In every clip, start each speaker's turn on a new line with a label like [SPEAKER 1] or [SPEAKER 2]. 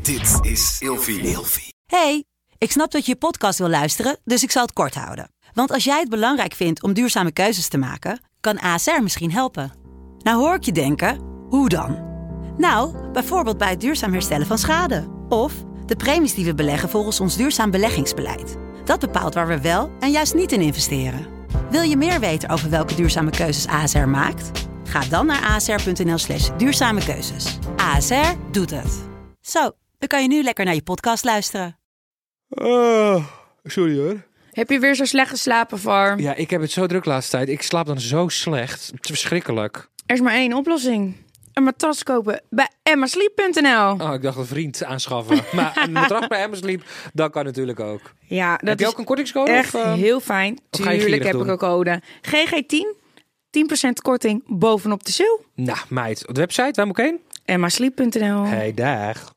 [SPEAKER 1] Dit is Ilfie.
[SPEAKER 2] Hey, ik snap dat je je podcast wil luisteren, dus ik zal het kort houden. Want als jij het belangrijk vindt om duurzame keuzes te maken, kan ASR misschien helpen. Nou hoor ik je denken, hoe dan? Nou, bijvoorbeeld bij het duurzaam herstellen van schade. Of de premies die we beleggen volgens ons duurzaam beleggingsbeleid. Dat bepaalt waar we wel en juist niet in investeren. Wil je meer weten over welke duurzame keuzes ASR maakt? Ga dan naar asr.nl/duurzame keuzes. ASR doet het. Zo, dan kan je nu lekker naar je podcast luisteren.
[SPEAKER 3] Sorry hoor.
[SPEAKER 4] Heb je weer zo slecht geslapen, Var?
[SPEAKER 3] Ja, ik heb het zo druk de laatste tijd. Ik slaap dan zo slecht. Het is verschrikkelijk.
[SPEAKER 4] Er is maar één oplossing. Een matras kopen bij emmasleep.nl.
[SPEAKER 3] Oh, ik dacht een vriend aanschaffen. Maar een matras bij Emmasleep, dat kan natuurlijk ook.
[SPEAKER 4] Ja, dat
[SPEAKER 3] heb je
[SPEAKER 4] is
[SPEAKER 3] ook een kortingscode?
[SPEAKER 4] echt
[SPEAKER 3] of,
[SPEAKER 4] heel fijn.
[SPEAKER 3] of ga je
[SPEAKER 4] Tuurlijk
[SPEAKER 3] gierig
[SPEAKER 4] heb ik
[SPEAKER 3] doen?
[SPEAKER 4] een code. GG10, 10% korting bovenop de sale.
[SPEAKER 3] Nou, meid. Op de website, waar moet ik heen?
[SPEAKER 4] emmasleep.nl.
[SPEAKER 3] Hey, dag.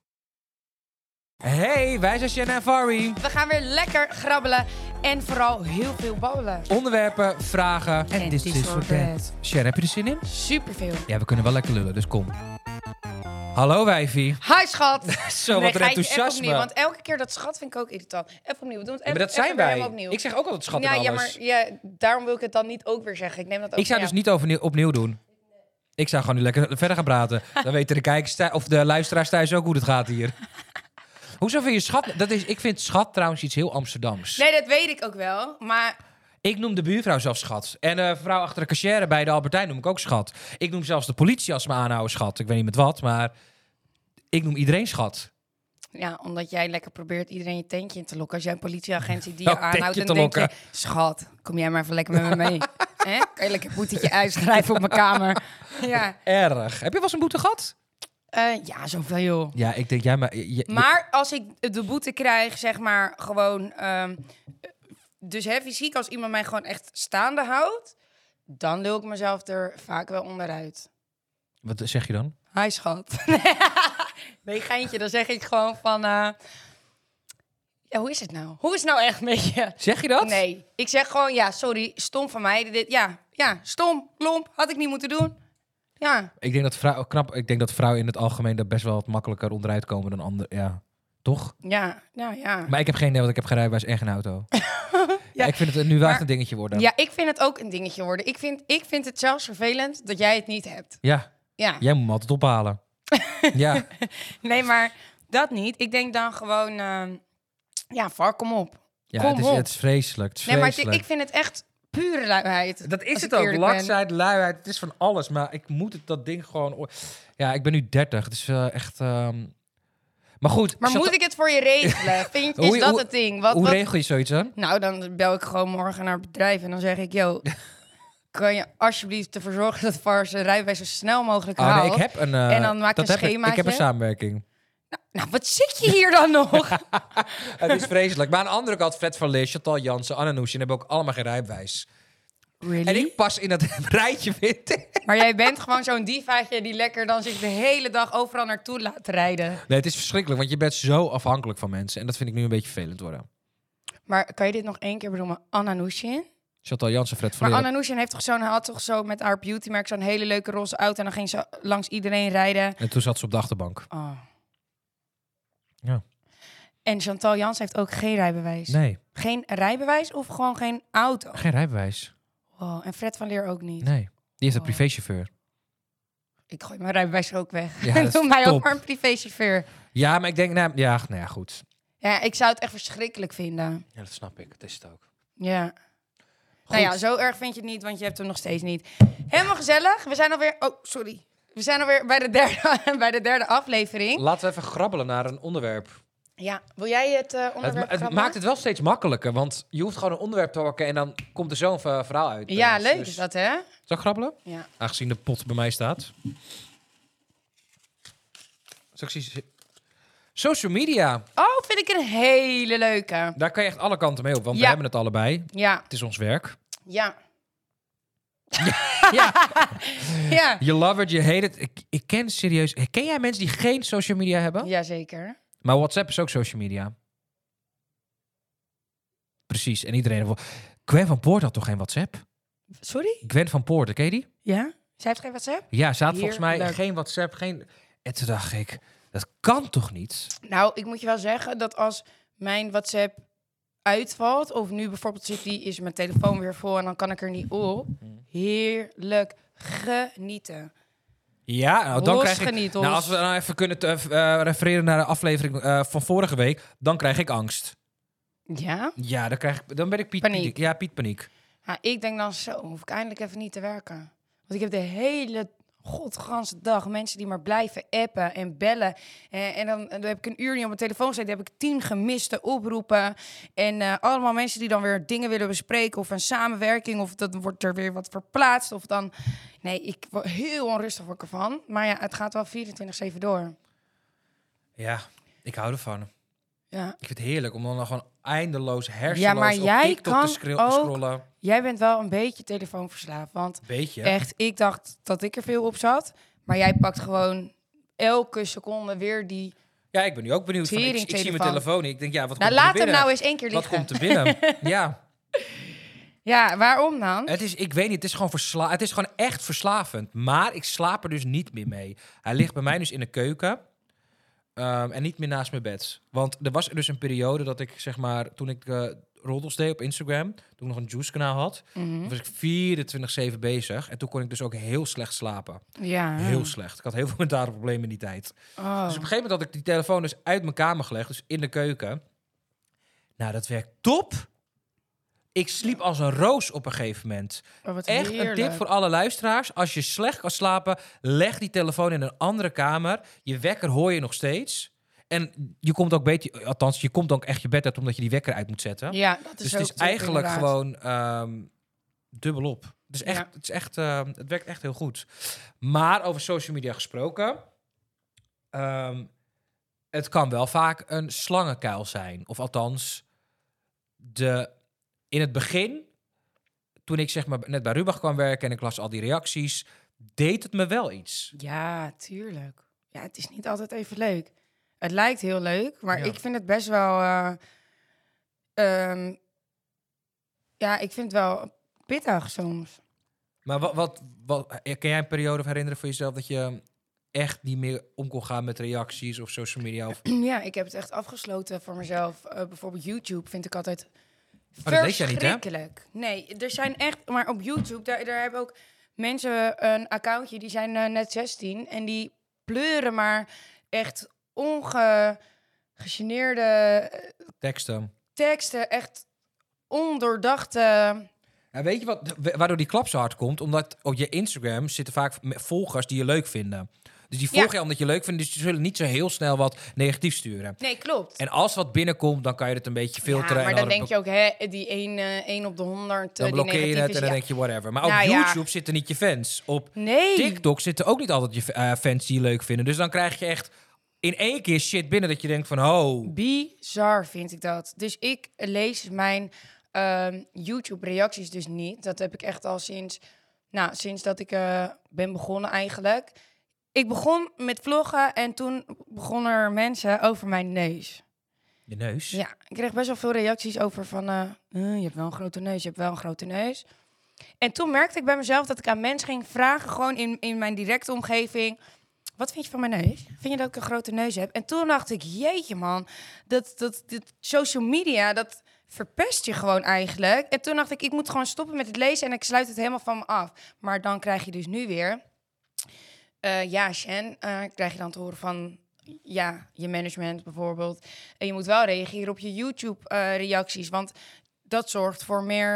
[SPEAKER 3] Hey, wij zijn Shanna en Fari.
[SPEAKER 5] We gaan weer lekker grabbelen en vooral heel veel babbelen.
[SPEAKER 3] Onderwerpen, vragen en
[SPEAKER 5] En
[SPEAKER 3] this is for that. Shanna, heb je er zin in?
[SPEAKER 5] Superveel.
[SPEAKER 3] Ja, we kunnen wel lekker lullen, dus kom. Hallo, wijfie.
[SPEAKER 5] Hi schat.
[SPEAKER 3] Zo, wat een
[SPEAKER 5] Even
[SPEAKER 3] enthousiasme.
[SPEAKER 5] opnieuw, want elke keer dat schat vind ik ook irritant. Even opnieuw. We doen het
[SPEAKER 3] Ja, maar dat zijn wij. Ik zeg ook altijd schat en
[SPEAKER 5] ja,
[SPEAKER 3] alles.
[SPEAKER 5] maar daarom wil ik het dan niet ook weer zeggen. Ik neem dat ook
[SPEAKER 3] Ik zou dus niet opnieuw doen. Ik zou gewoon nu lekker verder gaan praten. Dan weten de kijkers of de luisteraars thuis ook hoe het gaat hier. Hoezo vind je schat? Ik vind schat trouwens iets heel Amsterdams.
[SPEAKER 5] Nee, dat weet ik ook wel. Maar
[SPEAKER 3] Ik noem de buurvrouw zelfs schat. En de vrouw achter de cashier bij de Albertijn noem ik ook schat. Ik noem zelfs de politie als ze me aanhouden schat. Ik weet niet met wat, maar ik noem iedereen schat.
[SPEAKER 5] ja, omdat jij lekker probeert iedereen je tentje in te lokken. Als jij een politieagent ziet die je
[SPEAKER 3] Welk
[SPEAKER 5] aanhoudt,
[SPEAKER 3] tentje
[SPEAKER 5] dan
[SPEAKER 3] te
[SPEAKER 5] denk je...
[SPEAKER 3] lokken?
[SPEAKER 5] Schat, kom jij maar even lekker met me mee. Hè? Kan je lekker een boetetje uitschrijven op mijn kamer? Ja,
[SPEAKER 3] Erg. Heb je wel eens een boete gehad?
[SPEAKER 5] ja, zoveel.
[SPEAKER 3] Ja, ik denk jij maar...
[SPEAKER 5] Maar als ik de boete krijg, zeg maar, gewoon... dus fysiek, als iemand mij gewoon echt staande houdt... dan lul ik mezelf er vaak wel onderuit.
[SPEAKER 3] Wat zeg je dan?
[SPEAKER 5] Hi, schat. Nee, geintje. Dan zeg ik gewoon van... ja, hoe is het nou? Hoe is het nou echt met je?
[SPEAKER 3] Zeg je dat?
[SPEAKER 5] Nee, ik zeg gewoon... Ja, sorry, stom van mij. Ja, stom, lomp. Had ik niet moeten doen. Ja.
[SPEAKER 3] Ik denk dat vrouwen in het algemeen daar best wel wat makkelijker onderuit komen dan anderen. Ja, toch?
[SPEAKER 5] Ja, nou ja.
[SPEAKER 3] Maar ik heb geen idee, want ik heb geen rijbewijs en geen auto.
[SPEAKER 5] Ja,
[SPEAKER 3] ik vind het nu wel echt
[SPEAKER 5] maar-
[SPEAKER 3] een dingetje worden.
[SPEAKER 5] Ja, ik vind het ook een dingetje worden. Ik vind het zelfs vervelend dat jij het niet hebt.
[SPEAKER 3] Ja,
[SPEAKER 5] Ja.
[SPEAKER 3] jij moet me altijd ophalen. Ja,
[SPEAKER 5] Nee, maar dat niet. Ik denk dan gewoon... ja, Var, kom op.
[SPEAKER 3] ja
[SPEAKER 5] Kom op.
[SPEAKER 3] het is vreselijk. Het is
[SPEAKER 5] Nee, maar
[SPEAKER 3] vreselijk.
[SPEAKER 5] ik vind het echt pure luiheid.
[SPEAKER 3] Dat is
[SPEAKER 5] als
[SPEAKER 3] het
[SPEAKER 5] ik
[SPEAKER 3] ook.
[SPEAKER 5] eerlijk ben.
[SPEAKER 3] Laksheid, luiheid, het is van alles. Maar ik moet dat ding gewoon... Ja, ik ben nu 30. Het is echt... Maar goed.
[SPEAKER 5] Maar moet ik het voor je regelen? Is dat het ding?
[SPEAKER 3] Hoe regel je zoiets dan?
[SPEAKER 5] Nou, dan bel ik gewoon morgen naar het bedrijf en dan zeg ik... Yo, kan je alsjeblieft ervoor zorgen dat Var zijn rijbewijs zo snel mogelijk
[SPEAKER 3] Oh,
[SPEAKER 5] haalt?
[SPEAKER 3] nee, ik heb een...
[SPEAKER 5] En dan maak ik
[SPEAKER 3] dat
[SPEAKER 5] een
[SPEAKER 3] heb ik heb een
[SPEAKER 5] schemaatje.
[SPEAKER 3] samenwerking.
[SPEAKER 5] Nou, wat zit je hier dan nog?
[SPEAKER 3] Het is vreselijk. Maar aan de andere kant, Fred van Leer, Chantal Jansen, Anne Noesje, hebben ook allemaal geen rijbewijs.
[SPEAKER 5] Really?
[SPEAKER 3] En ik pas in dat rijtje, vind ik.
[SPEAKER 5] Maar jij bent gewoon zo'n divaatje die lekker dan zich de hele dag overal naartoe laat rijden.
[SPEAKER 3] Nee, het is verschrikkelijk, want je bent zo afhankelijk van mensen. En dat vind ik nu een beetje vervelend worden.
[SPEAKER 5] Maar kan je dit nog één keer benoemen? Anna Nushin?
[SPEAKER 3] Chantal Jansen, Fred van
[SPEAKER 5] Maar
[SPEAKER 3] Leer.
[SPEAKER 5] Anna Nushin had toch zo met haar beautymerk zo'n hele leuke roze auto. En dan ging ze langs iedereen rijden.
[SPEAKER 3] En toen zat ze op de achterbank.
[SPEAKER 5] Oh.
[SPEAKER 3] Ja.
[SPEAKER 5] En Chantal Jans heeft ook geen rijbewijs.
[SPEAKER 3] Nee,
[SPEAKER 5] Geen rijbewijs of gewoon geen auto?
[SPEAKER 3] geen rijbewijs.
[SPEAKER 5] Wow. En Fred van Leer ook niet.
[SPEAKER 3] Nee, die heeft een
[SPEAKER 5] Oh.
[SPEAKER 3] privéchauffeur.
[SPEAKER 5] Ik gooi mijn rijbewijs er ook weg.
[SPEAKER 3] Ja,
[SPEAKER 5] En
[SPEAKER 3] dat
[SPEAKER 5] doe
[SPEAKER 3] is
[SPEAKER 5] mij
[SPEAKER 3] top.
[SPEAKER 5] ook maar een privéchauffeur.
[SPEAKER 3] Ja, maar ik denk, nou ja, goed.
[SPEAKER 5] Ja, ik zou het echt verschrikkelijk vinden.
[SPEAKER 3] Ja, dat snap ik. Dat is het ook.
[SPEAKER 5] Ja. Nou ja, zo erg vind je het niet, want je hebt hem nog steeds niet. Helemaal gezellig. We zijn alweer... Oh, sorry. We zijn alweer bij de derde, bij de derde aflevering.
[SPEAKER 3] Laten we even grabbelen naar een onderwerp.
[SPEAKER 5] Ja, wil jij het onderwerp
[SPEAKER 3] Het
[SPEAKER 5] grabbelen?
[SPEAKER 3] maakt het wel steeds makkelijker, want je hoeft gewoon een onderwerp te hokken en dan komt er zo'n verhaal uit.
[SPEAKER 5] Ja, leuk
[SPEAKER 3] Dus-
[SPEAKER 5] is dat, hè?
[SPEAKER 3] Zal ik grabbelen?
[SPEAKER 5] Ja.
[SPEAKER 3] Aangezien de pot bij mij staat. Social media,
[SPEAKER 5] Oh, vind ik een hele leuke.
[SPEAKER 3] daar kan je echt alle kanten mee op, want we
[SPEAKER 5] Ja.
[SPEAKER 3] hebben het allebei.
[SPEAKER 5] Ja,
[SPEAKER 3] Het is ons werk.
[SPEAKER 5] ja.
[SPEAKER 3] Ja,
[SPEAKER 5] Ja.
[SPEAKER 3] je love it, je hate it. Ik ken serieus... Ken jij mensen die geen social media hebben?
[SPEAKER 5] Jazeker.
[SPEAKER 3] Maar WhatsApp is ook social media. Precies, en iedereen... Gwen van Poort had toch geen WhatsApp?
[SPEAKER 5] Sorry?
[SPEAKER 3] Gwen van Poort, ken je die?
[SPEAKER 5] Ja? Zij heeft geen WhatsApp?
[SPEAKER 3] Ja, ze had
[SPEAKER 5] Hier,
[SPEAKER 3] volgens mij
[SPEAKER 5] leuk.
[SPEAKER 3] geen WhatsApp, geen... En toen dacht ik... Dat kan toch niet?
[SPEAKER 5] Nou, ik moet je wel zeggen dat als mijn WhatsApp uitvalt... of nu bijvoorbeeld is mijn telefoon weer vol en dan kan ik er niet op. Heerlijk genieten.
[SPEAKER 3] Ja, nou, dan krijg ik...
[SPEAKER 5] Losgenieten.
[SPEAKER 3] Nou, als we nou even kunnen refereren naar de aflevering van vorige week... dan krijg ik angst.
[SPEAKER 5] Ja?
[SPEAKER 3] Ja, dan ben ik Piet
[SPEAKER 5] Paniek.
[SPEAKER 3] Paniek. Ja, Piet Paniek.
[SPEAKER 5] Ja, ik denk dan zo, hoef ik eindelijk even niet te werken. Want ik heb de hele godganse dag mensen die maar blijven appen en bellen. En dan heb ik een uur niet op mijn telefoon gezeten. Dan heb ik 10 gemiste oproepen. En allemaal mensen die dan weer dingen willen bespreken. Of een samenwerking. Of dan wordt er weer wat verplaatst. Of dan... Nee, ik word heel onrustig word ik ervan. Maar ja, het gaat wel 24/7 door.
[SPEAKER 3] Ja, ik hou ervan.
[SPEAKER 5] Ja.
[SPEAKER 3] Ik vind het heerlijk om dan nog gewoon eindeloos hersenloos
[SPEAKER 5] maar
[SPEAKER 3] op
[SPEAKER 5] jij
[SPEAKER 3] TikTok
[SPEAKER 5] kan
[SPEAKER 3] te
[SPEAKER 5] ook-
[SPEAKER 3] scrollen.
[SPEAKER 5] Jij bent wel een beetje telefoonverslaafd. Want
[SPEAKER 3] Beetje.
[SPEAKER 5] echt, ik dacht dat ik er veel op zat. Maar jij pakt gewoon elke seconde weer die...
[SPEAKER 3] Ja, ik ben nu ook benieuwd. Van, ik zie mijn
[SPEAKER 5] Teringtelefoon.
[SPEAKER 3] telefoon niet. Ik denk, ja, wat
[SPEAKER 5] Nou,
[SPEAKER 3] komt er
[SPEAKER 5] laat hem
[SPEAKER 3] binnen?
[SPEAKER 5] nou eens 1 keer
[SPEAKER 3] Wat
[SPEAKER 5] liggen.
[SPEAKER 3] komt er binnen? Ja,
[SPEAKER 5] Ja, waarom dan?
[SPEAKER 3] ik weet niet, het is gewoon het is gewoon echt verslavend. Maar ik slaap er dus niet meer mee. Hij ligt bij mij dus in de keuken. En niet meer naast mijn bed. Want er was dus een periode dat ik, zeg maar, toen ik roddels deed op Instagram, toen ik nog een Juice-kanaal had, was ik 24/7 bezig. En toen kon ik dus ook heel slecht slapen.
[SPEAKER 5] Ja.
[SPEAKER 3] Heel slecht. Ik had heel veel mentale problemen in die tijd.
[SPEAKER 5] Oh.
[SPEAKER 3] Dus op een gegeven moment had ik die telefoon dus uit mijn kamer gelegd, dus in de keuken. Nou, dat werkt top. Ik sliep als een roos op een gegeven moment.
[SPEAKER 5] Oh, wat
[SPEAKER 3] Echt een
[SPEAKER 5] heerlijk.
[SPEAKER 3] tip voor alle luisteraars. Als je slecht kan slapen, leg die telefoon in een andere kamer. Je wekker hoor je nog steeds. En je komt ook beter, althans, je komt ook echt je bed uit omdat je die wekker uit moet zetten.
[SPEAKER 5] Ja, dat is
[SPEAKER 3] Dus
[SPEAKER 5] ook
[SPEAKER 3] het is
[SPEAKER 5] top,
[SPEAKER 3] eigenlijk
[SPEAKER 5] inderdaad.
[SPEAKER 3] gewoon dubbelop. Dus echt,
[SPEAKER 5] Ja.
[SPEAKER 3] het werkt echt heel goed. Maar over social media gesproken, het kan wel vaak een slangenkuil zijn. Of althans, in het begin, toen ik zeg maar net bij Rubach kwam werken en ik las al die reacties, deed het me wel iets.
[SPEAKER 5] Ja, tuurlijk. Ja, het is niet altijd even leuk. Het lijkt heel leuk, maar
[SPEAKER 3] Ja.
[SPEAKER 5] ik vind het best wel... ja, ik vind het wel pittig soms.
[SPEAKER 3] Maar wat kan jij een periode herinneren voor jezelf dat je echt niet meer om kon gaan met reacties of social media? Of...
[SPEAKER 5] Ja, ik heb het echt afgesloten voor mezelf. Bijvoorbeeld YouTube vind ik altijd
[SPEAKER 3] dat deed jij niet, hè?
[SPEAKER 5] verschrikkelijk. Nee, er zijn echt... Maar op YouTube, daar hebben ook mensen een accountje... die zijn net 16 en die pleuren maar echt ongegeneerde teksten. Echt ondoordachte...
[SPEAKER 3] Ja, weet je wat, waardoor die klap zo hard komt? Omdat op je Instagram zitten vaak volgers die je leuk vinden. Dus die volgen je omdat je leuk vindt, dus die zullen niet zo heel snel wat negatief sturen.
[SPEAKER 5] Nee, klopt.
[SPEAKER 3] En als wat binnenkomt, dan kan je het een beetje filteren.
[SPEAKER 5] Ja, maar
[SPEAKER 3] en
[SPEAKER 5] dan denk je ook, hè, die 1 op de 100
[SPEAKER 3] dan
[SPEAKER 5] die
[SPEAKER 3] blokkeer je
[SPEAKER 5] negatief
[SPEAKER 3] het
[SPEAKER 5] is.
[SPEAKER 3] en dan
[SPEAKER 5] Ja.
[SPEAKER 3] denk je whatever. Maar op
[SPEAKER 5] Nou ja.
[SPEAKER 3] YouTube zitten niet je fans. Op
[SPEAKER 5] Nee.
[SPEAKER 3] TikTok zitten ook niet altijd je fans die je leuk vinden. Dus dan krijg je echt in één keer shit binnen dat je denkt van, oh.
[SPEAKER 5] Bizar vind ik dat. Dus ik lees mijn YouTube-reacties dus niet. Dat heb ik echt al sinds dat ik ben begonnen eigenlijk. Ik begon met vloggen en toen begonnen er mensen over mijn neus.
[SPEAKER 3] Je neus?
[SPEAKER 5] Ja, ik kreeg best wel veel reacties over van... je hebt wel een grote neus, je hebt wel een grote neus. En toen merkte ik bij mezelf dat ik aan mensen ging vragen... gewoon in mijn directe omgeving... Wat vind je van mijn neus? Vind je dat ik een grote neus heb? En toen dacht ik, jeetje man, dat social media, dat verpest je gewoon eigenlijk. En toen dacht ik moet gewoon stoppen met het lezen en ik sluit het helemaal van me af. Maar dan krijg je dus nu weer... ja, Shen, krijg je dan te horen van... Ja, je management bijvoorbeeld. En je moet wel reageren op je YouTube-reacties. Want dat zorgt voor meer...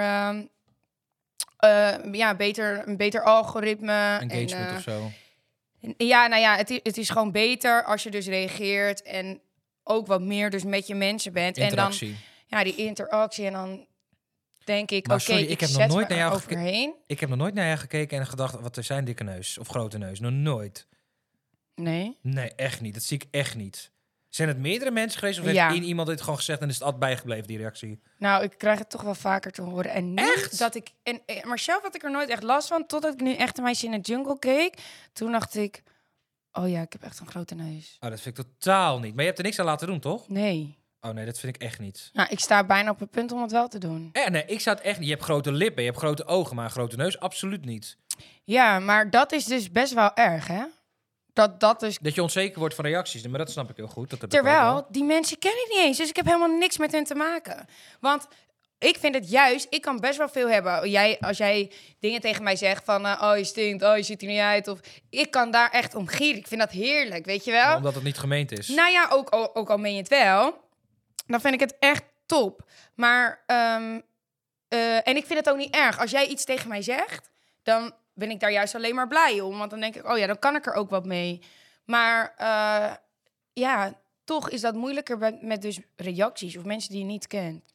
[SPEAKER 5] een beter algoritme.
[SPEAKER 3] Engagement
[SPEAKER 5] en,
[SPEAKER 3] of zo.
[SPEAKER 5] Ja, nou ja, het is gewoon beter als je dus reageert... en ook wat meer dus met je mensen bent.
[SPEAKER 3] Interactie.
[SPEAKER 5] En dan, ja, die interactie. En dan denk ik,
[SPEAKER 3] Maar
[SPEAKER 5] oké,
[SPEAKER 3] sorry,
[SPEAKER 5] ik
[SPEAKER 3] heb nog
[SPEAKER 5] zet
[SPEAKER 3] nooit
[SPEAKER 5] me
[SPEAKER 3] naar jou
[SPEAKER 5] overheen.
[SPEAKER 3] Ik heb nog nooit naar jou gekeken en gedacht, wat is zijn dikke neus of grote neus? Nog nooit.
[SPEAKER 5] Nee.
[SPEAKER 3] Nee, echt niet. Dat zie ik echt niet. Zijn het meerdere mensen geweest of heeft
[SPEAKER 5] Ja.
[SPEAKER 3] iemand dit gewoon gezegd en is het altijd bijgebleven, die reactie?
[SPEAKER 5] Nou, ik krijg het toch wel vaker te horen. En niet
[SPEAKER 3] Echt?
[SPEAKER 5] dat ik... maar zelf had ik er nooit echt last van, totdat ik nu echt een meisje in de jungle keek. Toen dacht ik, oh ja, ik heb echt een grote neus.
[SPEAKER 3] Oh, dat vind ik totaal niet. Maar je hebt er niks aan laten doen, toch?
[SPEAKER 5] Nee.
[SPEAKER 3] Oh nee, dat vind ik echt niet.
[SPEAKER 5] Nou, ik sta bijna op het punt om het wel te doen.
[SPEAKER 3] Nee, ik zou het echt niet. Je hebt grote lippen, je hebt grote ogen, maar een grote neus absoluut niet.
[SPEAKER 5] Ja, maar dat is dus best wel erg, hè? Dat dus...
[SPEAKER 3] Dat je onzeker wordt van reacties. Maar dat snap ik heel goed. Dat heb ik
[SPEAKER 5] Terwijl,
[SPEAKER 3] ook wel.
[SPEAKER 5] die mensen ken ik niet eens. Dus ik heb helemaal niks met hen te maken. Want ik vind het juist... Ik kan best wel veel hebben. Als jij dingen tegen mij zegt van... oh, je stinkt. Oh, je ziet er niet uit. Of ik kan daar echt om gieren. Ik vind dat heerlijk, weet je wel?
[SPEAKER 3] Maar omdat het niet gemeend is.
[SPEAKER 5] Nou ja, ook al meen je het wel. Dan vind ik het echt top. Maar... en ik vind het ook niet erg. Als jij iets tegen mij zegt... dan ben ik daar juist alleen maar blij om. Want dan denk ik... oh ja, dan kan ik er ook wat mee. Maar... ja, toch is dat moeilijker met dus reacties of mensen die je niet kent.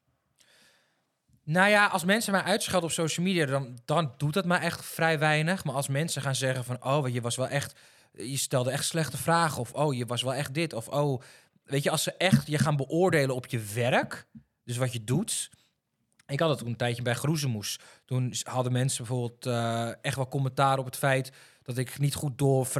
[SPEAKER 3] Nou ja, als mensen mij uitschelden op social media, dan doet dat mij echt vrij weinig. Maar als mensen gaan zeggen van, oh, je was wel echt, je stelde echt slechte vragen. Of, oh, je was wel echt dit. Of, oh, weet je, als ze echt je gaan beoordelen op je werk, dus wat je doet. Ik had het toen een tijdje bij Groezemoes. Toen hadden mensen bijvoorbeeld echt wel commentaar op het feit dat ik niet goed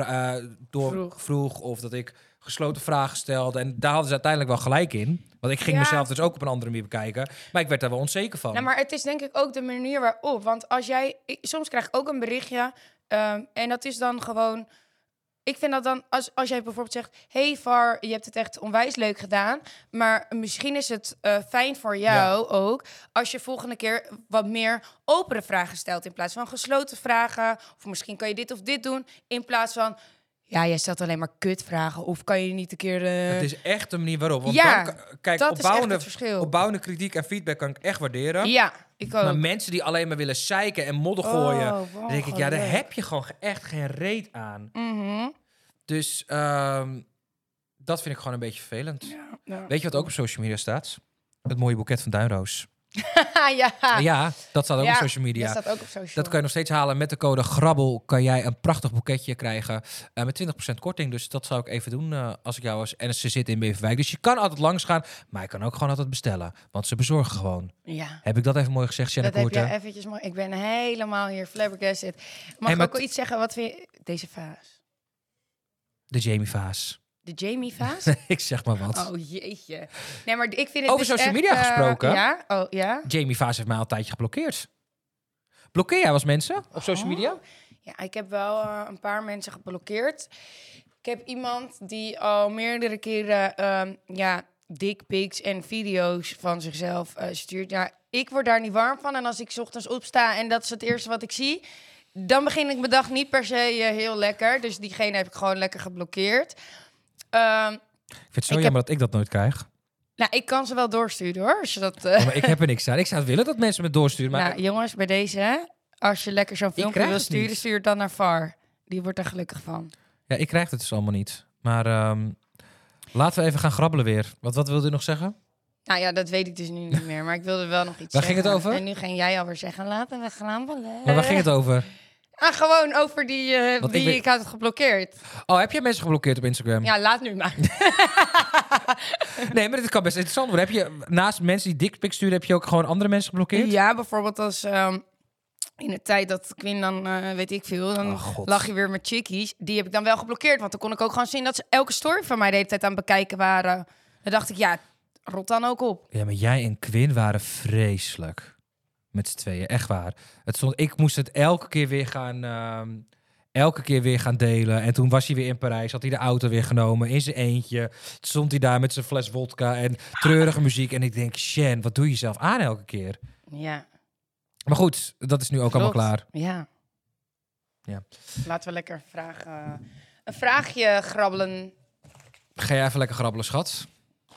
[SPEAKER 3] vroeg of dat ik gesloten vragen stelde. En daar hadden ze uiteindelijk wel gelijk in. Want ik ging mezelf dus ook op een andere manier bekijken. Maar ik werd daar wel onzeker van.
[SPEAKER 5] Nou, maar het is denk ik ook de manier waarop. Want als soms krijg ik ook een berichtje. En dat is dan gewoon... Ik vind dat dan, als jij bijvoorbeeld zegt... hey Var, je hebt het echt onwijs leuk gedaan. Maar misschien is het fijn voor jou ook... als je volgende keer wat meer opene vragen stelt... in plaats van gesloten vragen. Of misschien kan je dit of dit doen. In plaats van... ja, jij stelt alleen maar kutvragen. Of kan je niet een keer...
[SPEAKER 3] Het is echt de manier waarop. Want
[SPEAKER 5] ja,
[SPEAKER 3] dan, kijk,
[SPEAKER 5] dat is echt het verschil.
[SPEAKER 3] opbouwende kritiek en feedback kan ik echt waarderen.
[SPEAKER 5] Ja, ik ook.
[SPEAKER 3] Maar mensen die alleen maar willen zeiken en modder gooien... dan denk ik, ja, daar heb je gewoon echt geen reet aan. Dus dat vind ik gewoon een beetje vervelend.
[SPEAKER 5] Ja.
[SPEAKER 3] Weet je wat ook op social media staat? Het mooie boeket van Duinroos.
[SPEAKER 5] ja.
[SPEAKER 3] Ja, dat staat ook op social media.
[SPEAKER 5] Dat staat ook op social.
[SPEAKER 3] Dat kan je nog steeds halen. Met de code GRABBEL kan jij een prachtig boeketje krijgen met 20% korting. Dus dat zou ik even doen als ik jou was. En ze zitten in Beverwijk. Dus je kan altijd langs gaan, maar je kan ook gewoon altijd bestellen. Want ze bezorgen gewoon.
[SPEAKER 5] Ja.
[SPEAKER 3] Heb ik dat even mooi gezegd, Shanna
[SPEAKER 5] Dat heb
[SPEAKER 3] Koerten?
[SPEAKER 5] je eventjes mooi. Ik ben helemaal hier flabbergasted. Mag
[SPEAKER 3] Hey,
[SPEAKER 5] ik ook wel iets zeggen? Wat vind je... Deze vaas.
[SPEAKER 3] De Jamie Vaas.
[SPEAKER 5] De Jamie vaas?
[SPEAKER 3] Ik zeg maar wat.
[SPEAKER 5] Oh jeetje. Nee, maar ik vind het
[SPEAKER 3] Over
[SPEAKER 5] dus
[SPEAKER 3] social
[SPEAKER 5] echt,
[SPEAKER 3] media gesproken.
[SPEAKER 5] Ja? Oh ja?
[SPEAKER 3] Jamie Vaas heeft mij al een tijdje geblokkeerd. Blokkeer jij als mensen op social media?
[SPEAKER 5] Ja, ik heb wel een paar mensen geblokkeerd. Ik heb iemand die al meerdere keren dickpics en video's van zichzelf stuurt. Ja, ik word daar niet warm van. En als ik 's ochtends opsta en dat is het eerste wat ik zie... dan begin ik mijn dag niet per se heel lekker. Dus diegene heb ik gewoon lekker geblokkeerd.
[SPEAKER 3] Ik vind het zo jammer dat ik dat nooit krijg.
[SPEAKER 5] Nou, ik kan ze wel doorsturen hoor. Als je dat,
[SPEAKER 3] Maar ik heb er niks aan. Ik zou het willen dat mensen me doorsturen. Maar
[SPEAKER 5] Nou, jongens, bij deze, hè, als je lekker zo'n filmpje
[SPEAKER 3] krijg
[SPEAKER 5] wil
[SPEAKER 3] het
[SPEAKER 5] sturen,
[SPEAKER 3] niet.
[SPEAKER 5] stuur het dan naar VAR. Die wordt er gelukkig van.
[SPEAKER 3] ja, ik krijg het dus allemaal niet. Maar laten we even gaan grabbelen weer. Wat wilde u nog zeggen?
[SPEAKER 5] Nou ja, dat weet ik dus nu niet meer. Maar ik wilde wel nog iets
[SPEAKER 3] Waar
[SPEAKER 5] zeggen.
[SPEAKER 3] ging het over?
[SPEAKER 5] En nu ging jij alweer zeggen, laten we grabbelen.
[SPEAKER 3] Maar waar ging het over?
[SPEAKER 5] Gewoon over die
[SPEAKER 3] Want
[SPEAKER 5] die
[SPEAKER 3] ik weet-
[SPEAKER 5] ik had geblokkeerd.
[SPEAKER 3] Oh, heb jij mensen geblokkeerd op Instagram?
[SPEAKER 5] Ja, laat nu maar.
[SPEAKER 3] Nee, maar dit kan best interessant worden. Heb je naast mensen die dickpics sturen, heb je ook gewoon andere mensen geblokkeerd?
[SPEAKER 5] Ja, bijvoorbeeld als in de tijd dat Quinn dan, weet ik veel, dan
[SPEAKER 3] Oh, God.
[SPEAKER 5] lag je weer met chickies. Die heb ik dan wel geblokkeerd, want dan kon ik ook gewoon zien dat ze elke story van mij de hele tijd aan het bekijken waren. Dan dacht ik, ja, rot dan ook op.
[SPEAKER 3] Ja, maar jij en Quinn waren vreselijk. Met z'n tweeën, echt waar. Ik moest het elke keer weer gaan delen. En toen was hij weer in Parijs, had hij de auto weer genomen in zijn eentje. Toen stond hij daar met zijn fles vodka en treurige muziek. En ik denk, Shen, wat doe je zelf aan elke keer?
[SPEAKER 5] Ja.
[SPEAKER 3] Maar goed, dat is nu ook allemaal
[SPEAKER 5] Klopt.
[SPEAKER 3] klaar.
[SPEAKER 5] Ja.
[SPEAKER 3] Ja.
[SPEAKER 5] Laten we lekker een vraagje grabbelen.
[SPEAKER 3] Ga jij even lekker grabbelen, schat?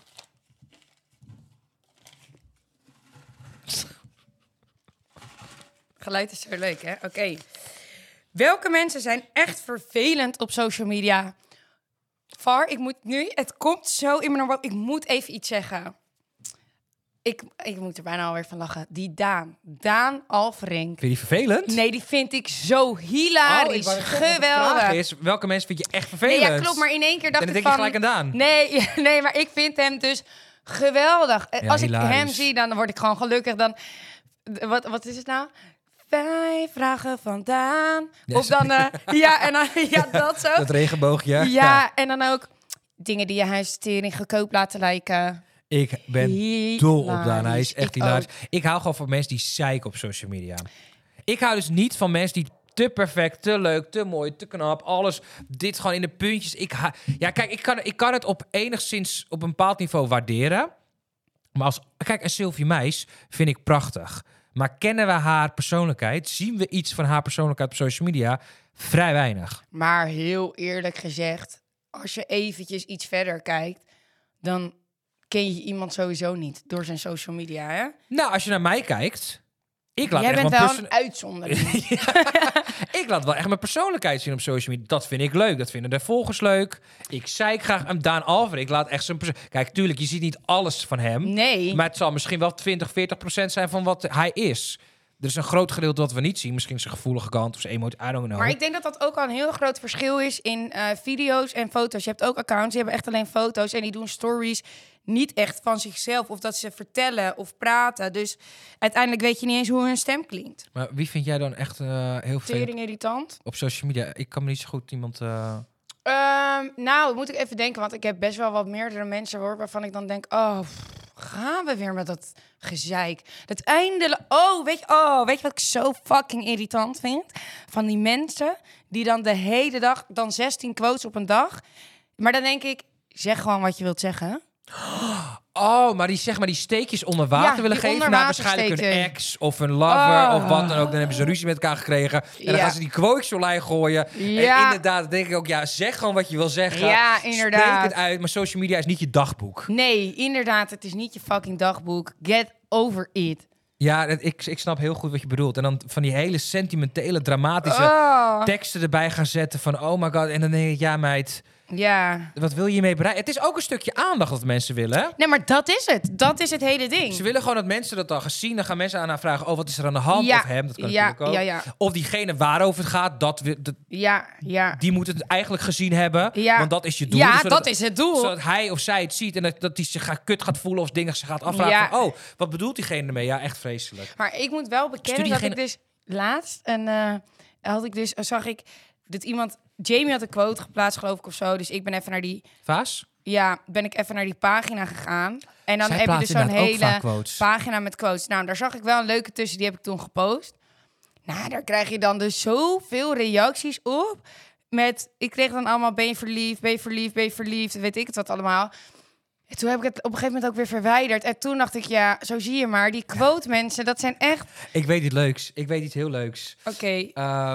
[SPEAKER 5] Geluid is zo leuk, hè? Oké. Welke mensen zijn echt vervelend op social media? VAR, ik moet nu... Het komt zo in mijn... Ik moet even iets zeggen. Ik moet er bijna alweer van lachen. Die Daan Alverink.
[SPEAKER 3] Vind je die vervelend?
[SPEAKER 5] Nee, die vind ik zo hilarisch.
[SPEAKER 3] De vraag
[SPEAKER 5] Geweldig.
[SPEAKER 3] is, welke mensen vind je echt
[SPEAKER 5] Nee,
[SPEAKER 3] vervelend?
[SPEAKER 5] ja, klopt. Maar in één keer dacht
[SPEAKER 3] En dan
[SPEAKER 5] ik
[SPEAKER 3] denk je
[SPEAKER 5] van...
[SPEAKER 3] gelijk aan Daan.
[SPEAKER 5] Nee, maar ik vind hem dus geweldig.
[SPEAKER 3] Ja,
[SPEAKER 5] Als
[SPEAKER 3] hilarisch.
[SPEAKER 5] ik hem zie, dan word ik gewoon gelukkig. Dan, wat is het nou? 5 vragen van Daan.
[SPEAKER 3] Ja,
[SPEAKER 5] Of dan, ja, en dan, ja, dat zo.
[SPEAKER 3] Dat regenboogje.
[SPEAKER 5] Ja, en dan ook dingen die je huisstering goedkoop laten lijken.
[SPEAKER 3] Ik ben
[SPEAKER 5] Hilarisch.
[SPEAKER 3] dol op Daan. Hij is echt
[SPEAKER 5] Ik
[SPEAKER 3] hilarisch.
[SPEAKER 5] ook.
[SPEAKER 3] Ik hou gewoon van mensen die zeiken op social media. Ik hou dus niet van mensen die te perfect, te leuk, te mooi, te knap. Alles, dit gewoon in de puntjes. Kijk, ik kan het op enigszins op een bepaald niveau waarderen. Maar kijk, en Sylvie Meis vind ik prachtig. Maar kennen we haar persoonlijkheid? Zien we iets van haar persoonlijkheid op social media? Vrij weinig.
[SPEAKER 5] Maar heel eerlijk gezegd, als je eventjes iets verder kijkt, dan ken je iemand sowieso niet door zijn social media, hè?
[SPEAKER 3] Nou, als je naar mij kijkt... Jij
[SPEAKER 5] bent wel een uitzondering.
[SPEAKER 3] Ik laat wel echt mijn persoonlijkheid zien op social media. Dat vind ik leuk. Dat vinden de volgers leuk. Ik zei graag aan Daan Alver. Ik laat echt zijn Kijk, tuurlijk, je ziet niet alles van hem.
[SPEAKER 5] Nee.
[SPEAKER 3] Maar het zal misschien wel 20-40% zijn van wat hij is. Er is een groot gedeelte dat we niet zien. Misschien zijn gevoelige kant of zijn emotie. I don't know.
[SPEAKER 5] Maar ik denk dat dat ook al een heel groot verschil is in video's en foto's. Je hebt ook accounts, die hebben echt alleen foto's en die doen stories niet echt van zichzelf. Of dat ze vertellen of praten. Dus uiteindelijk weet je niet eens hoe hun stem klinkt.
[SPEAKER 3] Maar wie vind jij dan echt heel veel
[SPEAKER 5] Tering irritant.
[SPEAKER 3] op social media? Ik kan me niet zo goed iemand...
[SPEAKER 5] Nou, moet ik even denken, want ik heb best wel wat meerdere mensen hoor, waarvan ik dan denk, gaan we weer met dat gezeik. Dat eindelijk... weet je wat ik zo fucking irritant vind? Van die mensen die dan de hele dag, dan 16 quotes op een dag. Maar dan denk ik, zeg gewoon wat je wilt zeggen.
[SPEAKER 3] Oh, maar die steekjes onder water willen geven naar waarschijnlijk een ex of een lover of wat dan ook. Dan hebben ze ruzie met elkaar gekregen. En dan gaan ze die quotes online gooien.
[SPEAKER 5] Ja.
[SPEAKER 3] En inderdaad, denk ik ook, zeg gewoon wat je wil zeggen.
[SPEAKER 5] Ja, inderdaad.
[SPEAKER 3] Spreek het uit, maar social media is niet je dagboek.
[SPEAKER 5] Nee, inderdaad, het is niet je fucking dagboek. Get over it.
[SPEAKER 3] Ja, ik snap heel goed wat je bedoelt. En dan van die hele sentimentele, dramatische teksten erbij gaan zetten van oh my god. En dan denk ik, ja meid...
[SPEAKER 5] Ja.
[SPEAKER 3] Wat wil je hiermee bereiken? Het is ook een stukje aandacht dat mensen willen. Hè?
[SPEAKER 5] Nee, maar dat is het. Dat is het hele ding.
[SPEAKER 3] Ze willen gewoon dat mensen dat al gezien. Dan gaan mensen aan haar vragen, wat is er aan de hand? Of hem, dat kan natuurlijk ook.
[SPEAKER 5] Ja.
[SPEAKER 3] Of diegene waarover het gaat, die moet het eigenlijk gezien hebben.
[SPEAKER 5] Ja.
[SPEAKER 3] Want dat is je doel.
[SPEAKER 5] Ja,
[SPEAKER 3] zodat,
[SPEAKER 5] dat is het doel.
[SPEAKER 3] Zodat hij of zij het ziet en dat hij zich kut gaat voelen of dingen zich gaat afvragen. Van, wat bedoelt diegene ermee? Ja, echt vreselijk.
[SPEAKER 5] Maar ik moet wel bekennen dat ik dus laatst... zag ik dat iemand... Jamie had een quote geplaatst, geloof ik, of zo. Dus ik ben even naar die...
[SPEAKER 3] Vaas?
[SPEAKER 5] Ja, ben ik even naar die pagina gegaan. En dan
[SPEAKER 3] Zij
[SPEAKER 5] heb je dus zo'n
[SPEAKER 3] inderdaad
[SPEAKER 5] hele pagina met quotes. Nou, daar zag ik wel een leuke tussen. Die heb ik toen gepost. Nou, daar krijg je dan dus zoveel reacties op. Ik kreeg dan allemaal, ben je verliefd, weet ik het wat allemaal. En toen heb ik het op een gegeven moment ook weer verwijderd. En toen dacht ik, ja, zo zie je maar. Die quote mensen, dat zijn echt...
[SPEAKER 3] Ik weet iets leuks. Ik weet iets heel leuks.
[SPEAKER 5] Oké.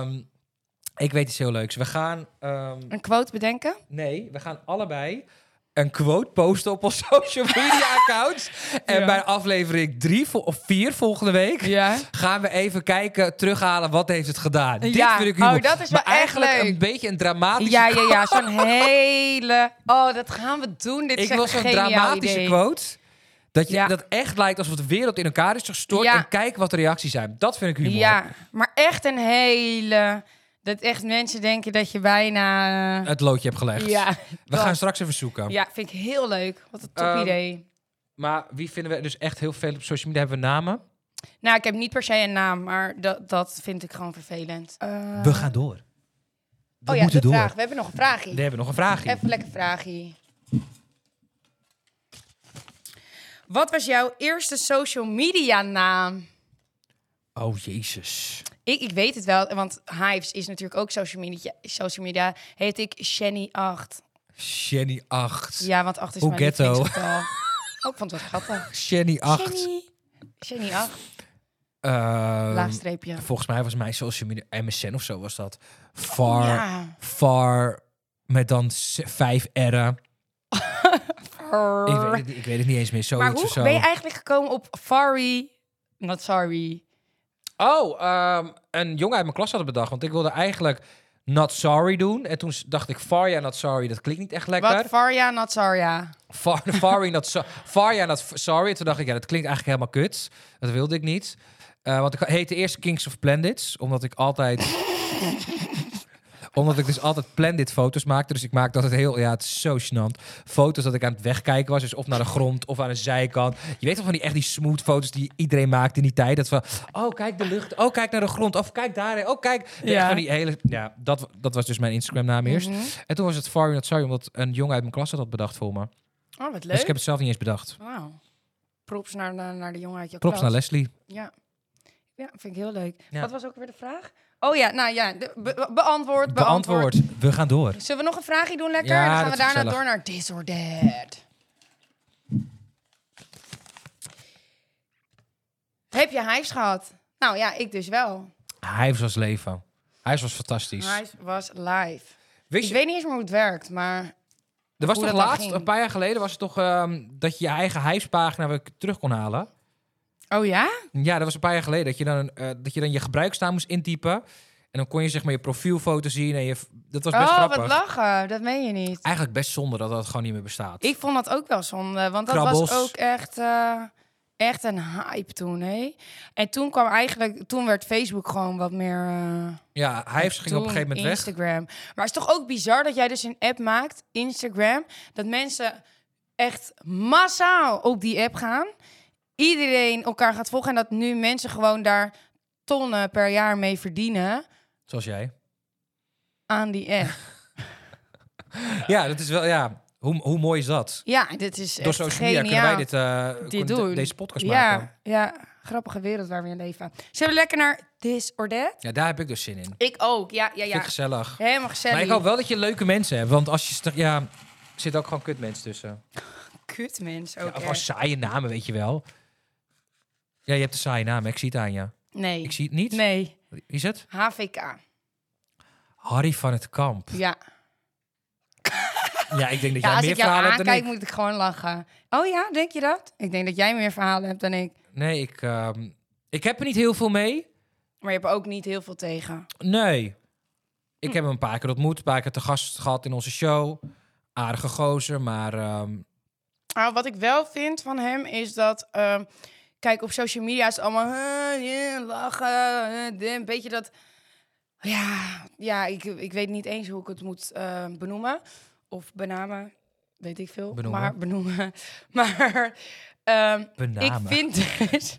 [SPEAKER 3] Ik weet iets heel leuks. We gaan...
[SPEAKER 5] Een quote bedenken?
[SPEAKER 3] Nee, we gaan allebei een quote posten op onze social media accounts. En bij aflevering 3 of 4 volgende week gaan we even kijken, terughalen, wat heeft het gedaan. Dit vind ik humor.
[SPEAKER 5] Dat is wel
[SPEAKER 3] maar eigenlijk
[SPEAKER 5] leuk.
[SPEAKER 3] een beetje een dramatische quote.
[SPEAKER 5] Ja, zo'n hele... Dat gaan we doen. Dit is
[SPEAKER 3] Ik wil
[SPEAKER 5] echt een
[SPEAKER 3] zo'n
[SPEAKER 5] geniaal
[SPEAKER 3] dramatische
[SPEAKER 5] idee.
[SPEAKER 3] quote. Dat echt lijkt alsof de wereld in elkaar is gestort. En kijk wat de reacties zijn. Dat vind ik humor.
[SPEAKER 5] Ja, maar echt een hele... Dat echt mensen denken dat je bijna...
[SPEAKER 3] Het loodje hebt gelegd.
[SPEAKER 5] Ja,
[SPEAKER 3] we gaan straks even zoeken.
[SPEAKER 5] Ja, vind ik heel leuk. Wat een top idee.
[SPEAKER 3] Maar wie vinden we dus echt heel veel op social media? Hebben we namen?
[SPEAKER 5] Nou, ik heb niet per se een naam, maar dat vind ik gewoon vervelend.
[SPEAKER 3] We gaan door. We
[SPEAKER 5] moeten door. Vraag. We hebben nog een vraagje.
[SPEAKER 3] We hebben nog een vraagje.
[SPEAKER 5] Even lekker vraagje. Wat was jouw eerste social media naam?
[SPEAKER 3] Oh, jezus.
[SPEAKER 5] Ik weet het wel, want Hives is natuurlijk ook social media. Heet ik Shenny8.
[SPEAKER 3] Shenny8.
[SPEAKER 5] Ja, want 8 is
[SPEAKER 3] Hoe
[SPEAKER 5] mijn
[SPEAKER 3] ghetto.
[SPEAKER 5] lievelingsgetal. Ik vond het wel grappig.
[SPEAKER 3] Shenny8.
[SPEAKER 5] Shenny8. Laagstreepje.
[SPEAKER 3] Volgens mij was mijn social media MSN of zo was dat. Far met dan 5 R'en. Ik weet het niet eens meer. Zoiets
[SPEAKER 5] maar hoe
[SPEAKER 3] of zo.
[SPEAKER 5] ben je eigenlijk gekomen op Fari? Not sorry.
[SPEAKER 3] Een jongen uit mijn klas had het bedacht. Want ik wilde eigenlijk Not Sorry doen. En toen dacht ik Farja Not Sorry. Dat klinkt niet echt lekker.
[SPEAKER 5] Wat? Farja Not Sorry.
[SPEAKER 3] Farja Not Sorry. En toen dacht ik, dat klinkt eigenlijk helemaal kut. Dat wilde ik niet. Want ik heette eerst Kings of Plandits. Omdat ik dus altijd Plendid foto's maakte. Dus ik maakte altijd het is zo gênant. Foto's dat ik aan het wegkijken was. Dus of naar de grond of aan een zijkant. Je weet toch van die smooth foto's die iedereen maakte in die tijd. Dat van, kijk de lucht. Oh, kijk naar de grond. Of kijk daar. Oh, kijk. Ja. Van die hele, dat was dus mijn Instagram naam eerst. En toen was het Far Not Sorry. Omdat een jongen uit mijn klas had dat bedacht voor me.
[SPEAKER 5] Oh, wat leuk.
[SPEAKER 3] Dus ik heb het zelf niet eens bedacht.
[SPEAKER 5] Wauw. Props naar de jongen uit je
[SPEAKER 3] Props
[SPEAKER 5] klas.
[SPEAKER 3] naar Leslie.
[SPEAKER 5] Ja. Ik Ja, vind ik heel leuk.
[SPEAKER 3] Ja.
[SPEAKER 5] Wat was ook weer de vraag? Oh ja, nou ja, beantwoord.
[SPEAKER 3] Beantwoord. We gaan door.
[SPEAKER 5] Zullen we nog een vraagje doen lekker?
[SPEAKER 3] Ja,
[SPEAKER 5] Dan gaan
[SPEAKER 3] dat
[SPEAKER 5] we
[SPEAKER 3] is
[SPEAKER 5] daarna
[SPEAKER 3] gezellig.
[SPEAKER 5] door naar This or That. Heb je hives gehad? Nou ja, ik dus wel.
[SPEAKER 3] Hives was leven. Hives was fantastisch.
[SPEAKER 5] Hives was live.
[SPEAKER 3] Wist
[SPEAKER 5] Ik
[SPEAKER 3] je,
[SPEAKER 5] weet niet eens meer hoe het werkt, maar...
[SPEAKER 3] er was
[SPEAKER 5] hoe
[SPEAKER 3] toch
[SPEAKER 5] dat dan
[SPEAKER 3] laatst,
[SPEAKER 5] ging.
[SPEAKER 3] een paar jaar geleden, was het toch dat je je eigen Hives-pagina weer terug kon halen?
[SPEAKER 5] Oh ja?
[SPEAKER 3] Ja, dat was een paar jaar geleden. Dat je dan je gebruikersnaam moest intypen. En dan kon je zeg maar je profielfoto zien. En dat was best grappig.
[SPEAKER 5] Wat lachen. Dat meen je niet.
[SPEAKER 3] Eigenlijk best zonde dat dat gewoon niet meer bestaat.
[SPEAKER 5] Ik vond dat ook wel zonde, want dat
[SPEAKER 3] Krabbels.
[SPEAKER 5] was ook echt een hype toen, hè? En toen werd Facebook gewoon wat meer...
[SPEAKER 3] Ja, Hives ging op een gegeven moment weg.
[SPEAKER 5] Instagram. Maar het is toch ook bizar dat jij dus een app maakt, Instagram, dat mensen echt massaal op die app gaan. Iedereen elkaar gaat volgen en dat nu mensen gewoon daar tonnen per jaar mee verdienen
[SPEAKER 3] Zoals jij.
[SPEAKER 5] aan die app.
[SPEAKER 3] Ja, dat is wel, ja. Hoe mooi is dat?
[SPEAKER 5] Ja, dit is
[SPEAKER 3] Door
[SPEAKER 5] echt
[SPEAKER 3] social media kunnen wij
[SPEAKER 5] dit doen.
[SPEAKER 3] deze podcast maken.
[SPEAKER 5] Ja, grappige wereld waar we in leven. Zullen we lekker naar This or That?
[SPEAKER 3] Ja, daar heb ik dus zin in.
[SPEAKER 5] Ik ook, ja.
[SPEAKER 3] Vind ik gezellig.
[SPEAKER 5] Helemaal gezellig.
[SPEAKER 3] Maar ik hoop wel dat je leuke mensen hebt. Want als je... Ja, er zitten ook gewoon kutmensen tussen.
[SPEAKER 5] Kut mens
[SPEAKER 3] Ja,
[SPEAKER 5] ook
[SPEAKER 3] of gewoon
[SPEAKER 5] echt.
[SPEAKER 3] saaie namen, weet je wel. Ja, je hebt een saaie naam. Ik zie het aan je.
[SPEAKER 5] Nee.
[SPEAKER 3] Ik zie het niet.
[SPEAKER 5] Nee,
[SPEAKER 3] Wie is het?
[SPEAKER 5] HVK.
[SPEAKER 3] Harry van het Kamp.
[SPEAKER 5] Ja.
[SPEAKER 3] Ja, ik denk dat
[SPEAKER 5] Ja,
[SPEAKER 3] jij
[SPEAKER 5] als
[SPEAKER 3] meer
[SPEAKER 5] ik jou
[SPEAKER 3] verhalen hebt dan
[SPEAKER 5] aankijk,
[SPEAKER 3] ik.
[SPEAKER 5] moet ik gewoon lachen. Oh ja, denk je dat? Ik denk dat jij meer verhalen hebt dan ik.
[SPEAKER 3] Nee, ik heb er niet heel veel mee.
[SPEAKER 5] Maar je hebt er ook niet heel veel tegen.
[SPEAKER 3] Nee. Ik heb hem een paar keer ontmoet. Een paar keer te gast gehad in onze show. Aardige gozer, maar...
[SPEAKER 5] Nou, wat ik wel vind van hem is dat... kijk, op social media is het allemaal... lachen, een beetje dat... Ja, ik weet niet eens hoe ik het moet benoemen. Of benamen. Weet ik veel.
[SPEAKER 3] Benoemen.
[SPEAKER 5] Maar benoemen. Maar
[SPEAKER 3] Benamen.
[SPEAKER 5] ik vind dus...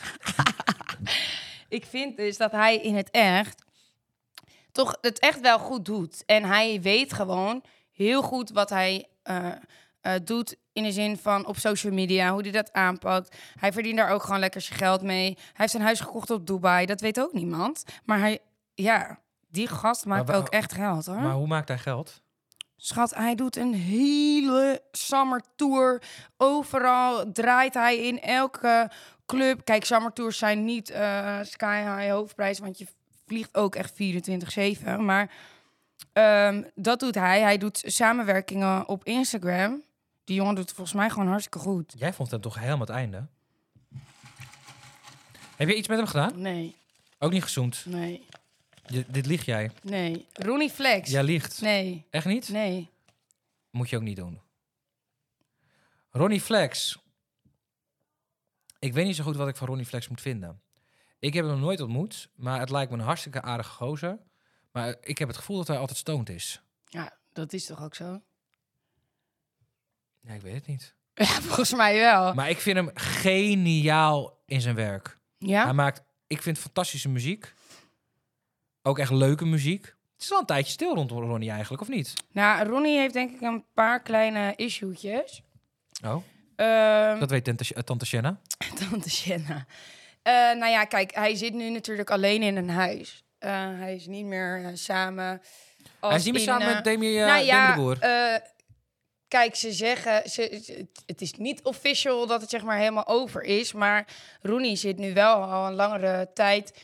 [SPEAKER 5] ik vind dus dat hij in het echt... toch het echt wel goed doet. En hij weet gewoon heel goed wat hij doet... in de zin van op social media, hoe hij dat aanpakt. Hij verdient daar ook gewoon lekker zijn geld mee. Hij heeft zijn huis gekocht op Dubai. Dat weet ook niemand. Maar hij... Ja, die gast maakt
[SPEAKER 3] Maar
[SPEAKER 5] ook echt geld, hoor.
[SPEAKER 3] Maar hoe maakt hij geld?
[SPEAKER 5] Schat, hij doet een hele summer tour. Overal draait hij in elke club. Kijk, summer tours zijn niet sky high hoofdprijs, want je vliegt ook echt 24/7. Maar dat doet hij. Hij doet samenwerkingen op Instagram. Die jongen doet het volgens mij gewoon hartstikke goed.
[SPEAKER 3] Jij vond hem toch helemaal het einde? Heb je iets met hem gedaan?
[SPEAKER 5] Nee,
[SPEAKER 3] Ook niet gezoend.
[SPEAKER 5] nee,
[SPEAKER 3] Dit lieg jij.
[SPEAKER 5] nee. Rooney Flex.
[SPEAKER 3] Jij liegt.
[SPEAKER 5] Nee,
[SPEAKER 3] Echt niet?
[SPEAKER 5] nee.
[SPEAKER 3] Moet je ook niet doen. Ronnie Flex. Ik weet niet zo goed wat ik van Ronnie Flex moet vinden. Ik heb hem nog nooit ontmoet, maar het lijkt me een hartstikke aardige gozer. Maar ik heb het gevoel dat hij altijd stoned is.
[SPEAKER 5] Ja, dat is toch ook zo?
[SPEAKER 3] Ja, ik weet het niet.
[SPEAKER 5] Ja, volgens mij wel.
[SPEAKER 3] Maar ik vind hem geniaal in zijn werk.
[SPEAKER 5] Ja?
[SPEAKER 3] Hij maakt, ik vind fantastische muziek. Ook echt leuke muziek. Het is al een tijdje stil rondom Ronnie eigenlijk, of niet?
[SPEAKER 5] Nou, Ronnie heeft denk ik een paar kleine issue'tjes.
[SPEAKER 3] Oh,
[SPEAKER 5] Ehm
[SPEAKER 3] dat weet tante Shanna.
[SPEAKER 5] Tante Shanna. Nou ja, kijk, hij zit nu natuurlijk alleen in een huis. Hij is niet meer samen.
[SPEAKER 3] Hij is niet meer samen met Demi,
[SPEAKER 5] nou
[SPEAKER 3] Demi
[SPEAKER 5] ja,
[SPEAKER 3] de Boer.
[SPEAKER 5] kijk, ze zeggen... het is niet official dat het zeg maar helemaal over is. Maar Ronnie zit nu wel al een langere tijd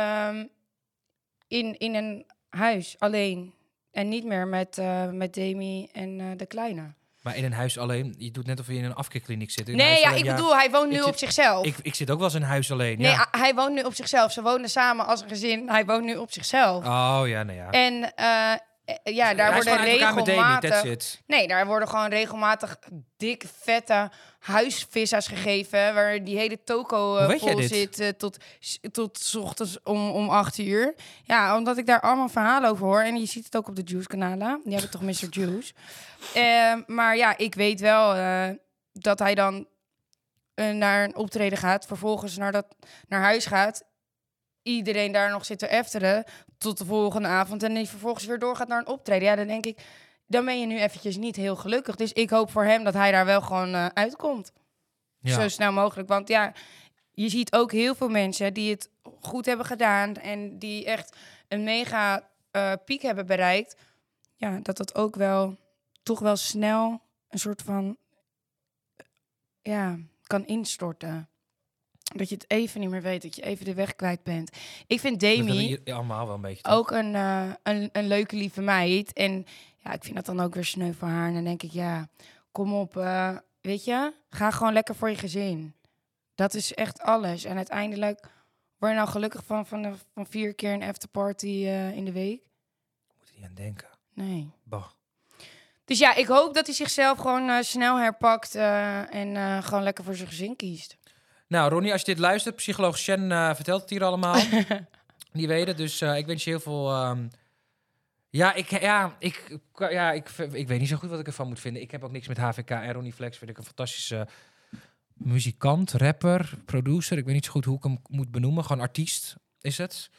[SPEAKER 5] in een huis alleen. En niet meer met Demi en de kleine.
[SPEAKER 3] Maar in een huis alleen, je doet net of je in een afkeerkliniek zit. In een
[SPEAKER 5] Nee,
[SPEAKER 3] huis
[SPEAKER 5] ja,
[SPEAKER 3] alleen,
[SPEAKER 5] ik bedoel, hij woont nu
[SPEAKER 3] ik
[SPEAKER 5] op
[SPEAKER 3] zit-
[SPEAKER 5] zichzelf.
[SPEAKER 3] Ik zit ook wel eens in een huis alleen,
[SPEAKER 5] Nee,
[SPEAKER 3] ja.
[SPEAKER 5] hij woont nu op zichzelf. Ze wonen samen als een gezin. Hij woont nu op zichzelf.
[SPEAKER 3] Oh, ja, nou ja.
[SPEAKER 5] En ja, daar
[SPEAKER 3] Hij is
[SPEAKER 5] worden
[SPEAKER 3] gewoon uit elkaar met Demi,
[SPEAKER 5] regelmatig...
[SPEAKER 3] that's it.
[SPEAKER 5] Nee, daar worden gewoon regelmatig dikke, vette huisvissa's gegeven... waar die hele toko
[SPEAKER 3] Hoe weet jij
[SPEAKER 5] vol
[SPEAKER 3] dit?
[SPEAKER 5] zit tot 's ochtends om 8 uur. Ja, omdat ik daar allemaal verhalen over hoor. En je ziet het ook op de Juice-kanalen. Die hebben toch Mr. Juice. Maar ja, ik weet wel dat hij dan naar een optreden gaat... vervolgens naar huis gaat... iedereen daar nog zit te efteren tot de volgende avond... en die vervolgens weer doorgaat naar een optreden. Ja, dan denk ik, dan ben je nu eventjes niet heel gelukkig. Dus ik hoop voor hem dat hij daar wel gewoon uitkomt.
[SPEAKER 3] Ja.
[SPEAKER 5] Zo snel mogelijk. Want ja, je ziet ook heel veel mensen die het goed hebben gedaan en die echt een mega piek hebben bereikt. Ja, dat ook wel toch wel snel een soort van kan instorten. Dat je het even niet meer weet, dat je even de weg kwijt bent. Ik vind
[SPEAKER 3] Dat willen
[SPEAKER 5] Demi
[SPEAKER 3] jullie allemaal wel een beetje. toch?
[SPEAKER 5] ook een leuke, lieve meid. En ja, ik vind dat dan ook weer sneu voor haar. En dan denk ik, ja, kom op, weet je, ga gewoon lekker voor je gezin. Dat is echt alles. En uiteindelijk word je nou gelukkig van 4 keer een afterparty in de week.
[SPEAKER 3] Moet er niet aan denken.
[SPEAKER 5] Nee.
[SPEAKER 3] Bah.
[SPEAKER 5] Dus ja, ik hoop dat hij zichzelf gewoon snel herpakt en gewoon lekker voor zijn gezin kiest.
[SPEAKER 3] Nou, Ronnie, als je dit luistert, psycholoog Shen vertelt het hier allemaal. Die weet het, dus ik wens je heel veel... Ik weet niet zo goed wat ik ervan moet vinden. Ik heb ook niks met HVK en Ronnie Flex vind ik een fantastische muzikant, rapper, producer. Ik weet niet zo goed hoe ik hem moet benoemen. Gewoon artiest is het.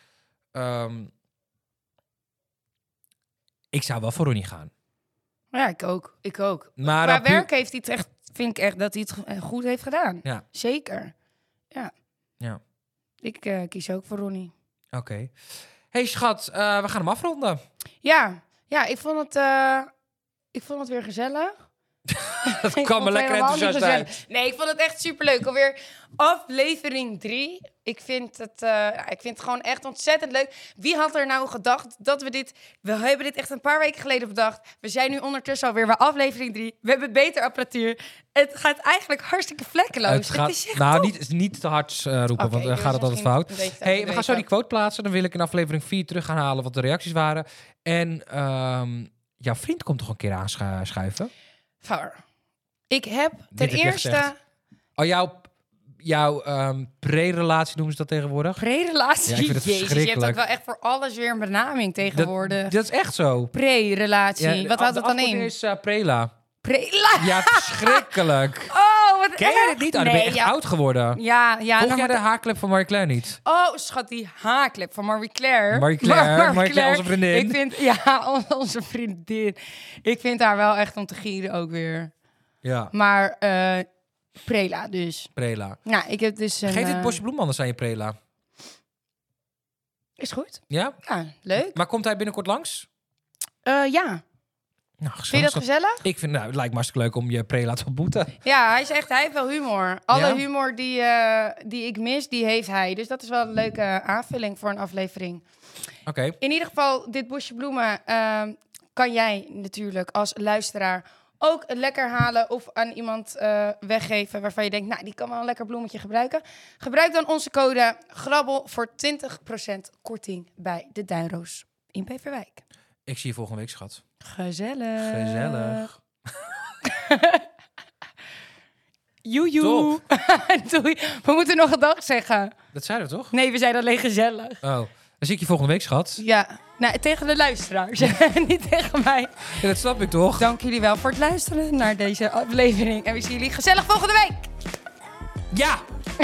[SPEAKER 3] Ik zou wel voor Ronnie gaan.
[SPEAKER 5] Ja, ik ook.
[SPEAKER 3] Maar
[SPEAKER 5] Qua
[SPEAKER 3] dan puur-
[SPEAKER 5] werk heeft hij het echt, vind ik echt dat hij het goed heeft gedaan.
[SPEAKER 3] Ja.
[SPEAKER 5] Zeker.
[SPEAKER 3] Ja.
[SPEAKER 5] Ik kies ook voor Ronnie.
[SPEAKER 3] Oké. Hey schat, we gaan hem afronden.
[SPEAKER 5] Ja, ik vond het weer gezellig.
[SPEAKER 3] Dat
[SPEAKER 5] Ik
[SPEAKER 3] kwam me
[SPEAKER 5] vond het
[SPEAKER 3] lekker
[SPEAKER 5] helemaal niet
[SPEAKER 3] enthousiast uit.
[SPEAKER 5] gezellig. Nee, ik vond het echt superleuk. Alweer aflevering 3. Ik vind het gewoon echt ontzettend leuk. Wie had er nou gedacht dat we dit... We hebben dit echt een paar weken geleden bedacht. We zijn nu ondertussen alweer bij aflevering 3. We hebben beter apparatuur. Het gaat eigenlijk hartstikke vlekkeloos.
[SPEAKER 3] Het gaat,
[SPEAKER 5] is echt
[SPEAKER 3] nou,
[SPEAKER 5] top.
[SPEAKER 3] niet te hard roepen,
[SPEAKER 5] Oké,
[SPEAKER 3] want dan
[SPEAKER 5] dus
[SPEAKER 3] gaat het altijd
[SPEAKER 5] misschien
[SPEAKER 3] fout.
[SPEAKER 5] een beetje te
[SPEAKER 3] Hey, we gaan
[SPEAKER 5] weten.
[SPEAKER 3] zo die quote plaatsen. Dan wil ik in aflevering 4 terug gaan halen wat de reacties waren. En jouw vriend komt toch een keer aanschuiven?
[SPEAKER 5] Var. Ik heb ten
[SPEAKER 3] Dit heb je
[SPEAKER 5] eerste...
[SPEAKER 3] gezegd. Oh, jouw pre-relatie noemen ze dat tegenwoordig?
[SPEAKER 5] Pre-relatie.
[SPEAKER 3] Ja, ik vind het
[SPEAKER 5] Jezus, je hebt
[SPEAKER 3] verschrikkelijk.
[SPEAKER 5] ook wel echt voor alles weer een benaming tegenwoordig.
[SPEAKER 3] Dat is echt zo.
[SPEAKER 5] Pre-relatie.
[SPEAKER 3] Ja,
[SPEAKER 5] Wat houdt het dan
[SPEAKER 3] de
[SPEAKER 5] in?
[SPEAKER 3] afkorting is prela.
[SPEAKER 5] Pre-relatie.
[SPEAKER 3] Ja, verschrikkelijk.
[SPEAKER 5] Oh, wat
[SPEAKER 3] Ken jij dit niet? Oh, dan ben je echt oud geworden.
[SPEAKER 5] Ja.
[SPEAKER 3] Volg
[SPEAKER 5] nou,
[SPEAKER 3] jij
[SPEAKER 5] maar
[SPEAKER 3] de haarclip van Marie Claire niet?
[SPEAKER 5] Oh, schat, die haarclip van Marie Claire.
[SPEAKER 3] Marie Claire, onze vriendin.
[SPEAKER 5] Ik vind, ja, onze vriendin. Ik vind haar wel echt om te gieren ook weer.
[SPEAKER 3] Ja,
[SPEAKER 5] Maar Prela dus.
[SPEAKER 3] prela.
[SPEAKER 5] Nou, ik heb dus een...
[SPEAKER 3] Geef dit bosje bloem anders aan je prela.
[SPEAKER 5] Is goed.
[SPEAKER 3] Ja?
[SPEAKER 5] Ja, leuk.
[SPEAKER 3] Maar komt hij binnenkort langs?
[SPEAKER 5] Ja.
[SPEAKER 3] Nou,
[SPEAKER 5] Vind je dat gezellig?
[SPEAKER 3] Ik vind, het lijkt me hartstikke leuk om je prela te ontmoeten.
[SPEAKER 5] Ja, hij heeft wel humor. Alle
[SPEAKER 3] Ja?
[SPEAKER 5] humor die ik mis, die heeft hij. Dus dat is wel een leuke aanvulling voor een aflevering.
[SPEAKER 3] Oké.
[SPEAKER 5] In ieder geval, dit bosje bloemen kan jij natuurlijk als luisteraar ook lekker halen of aan iemand weggeven waarvan je denkt, nou, die kan wel een lekker bloemetje gebruiken. Gebruik dan onze code GRABBEL voor 20% korting bij de Duinroos in Beverwijk.
[SPEAKER 3] Ik zie je volgende week, schat.
[SPEAKER 5] Gezellig.
[SPEAKER 3] Gezellig.
[SPEAKER 5] Joejoe. Doei. We moeten nog een dag zeggen.
[SPEAKER 3] Dat zeiden we toch?
[SPEAKER 5] Nee, we zijn alleen gezellig.
[SPEAKER 3] Oh. Dan zie ik je volgende week, schat.
[SPEAKER 5] Ja, nou, tegen de luisteraars. Niet tegen mij.
[SPEAKER 3] Ja, dat snap ik toch?
[SPEAKER 5] Dank jullie wel voor het luisteren naar deze aflevering. En we zien jullie gezellig volgende week.
[SPEAKER 3] Ja!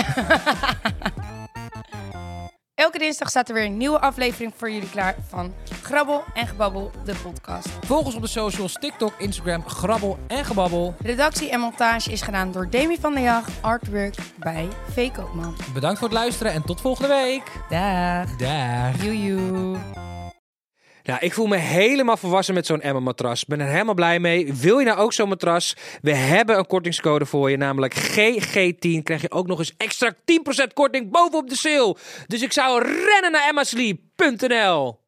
[SPEAKER 5] Elke dinsdag staat er weer een nieuwe aflevering voor jullie klaar van Grabbel en Gebabbel, de podcast.
[SPEAKER 3] Volg ons op de socials, TikTok, Instagram, Grabbel en Gebabbel.
[SPEAKER 5] Redactie en montage is gedaan door Demi van der Jag. Artwork bij V. Koopman.
[SPEAKER 3] Bedankt voor het luisteren en tot volgende week.
[SPEAKER 5] Dag.
[SPEAKER 3] Dag.
[SPEAKER 5] Joejoe.
[SPEAKER 3] Nou, ik voel me helemaal volwassen met zo'n Emma-matras. Ik ben er helemaal blij mee. Wil je nou ook zo'n matras? We hebben een kortingscode voor je, namelijk GG10. Krijg je ook nog eens extra 10% korting bovenop de sale. Dus ik zou rennen naar emmasleep.nl.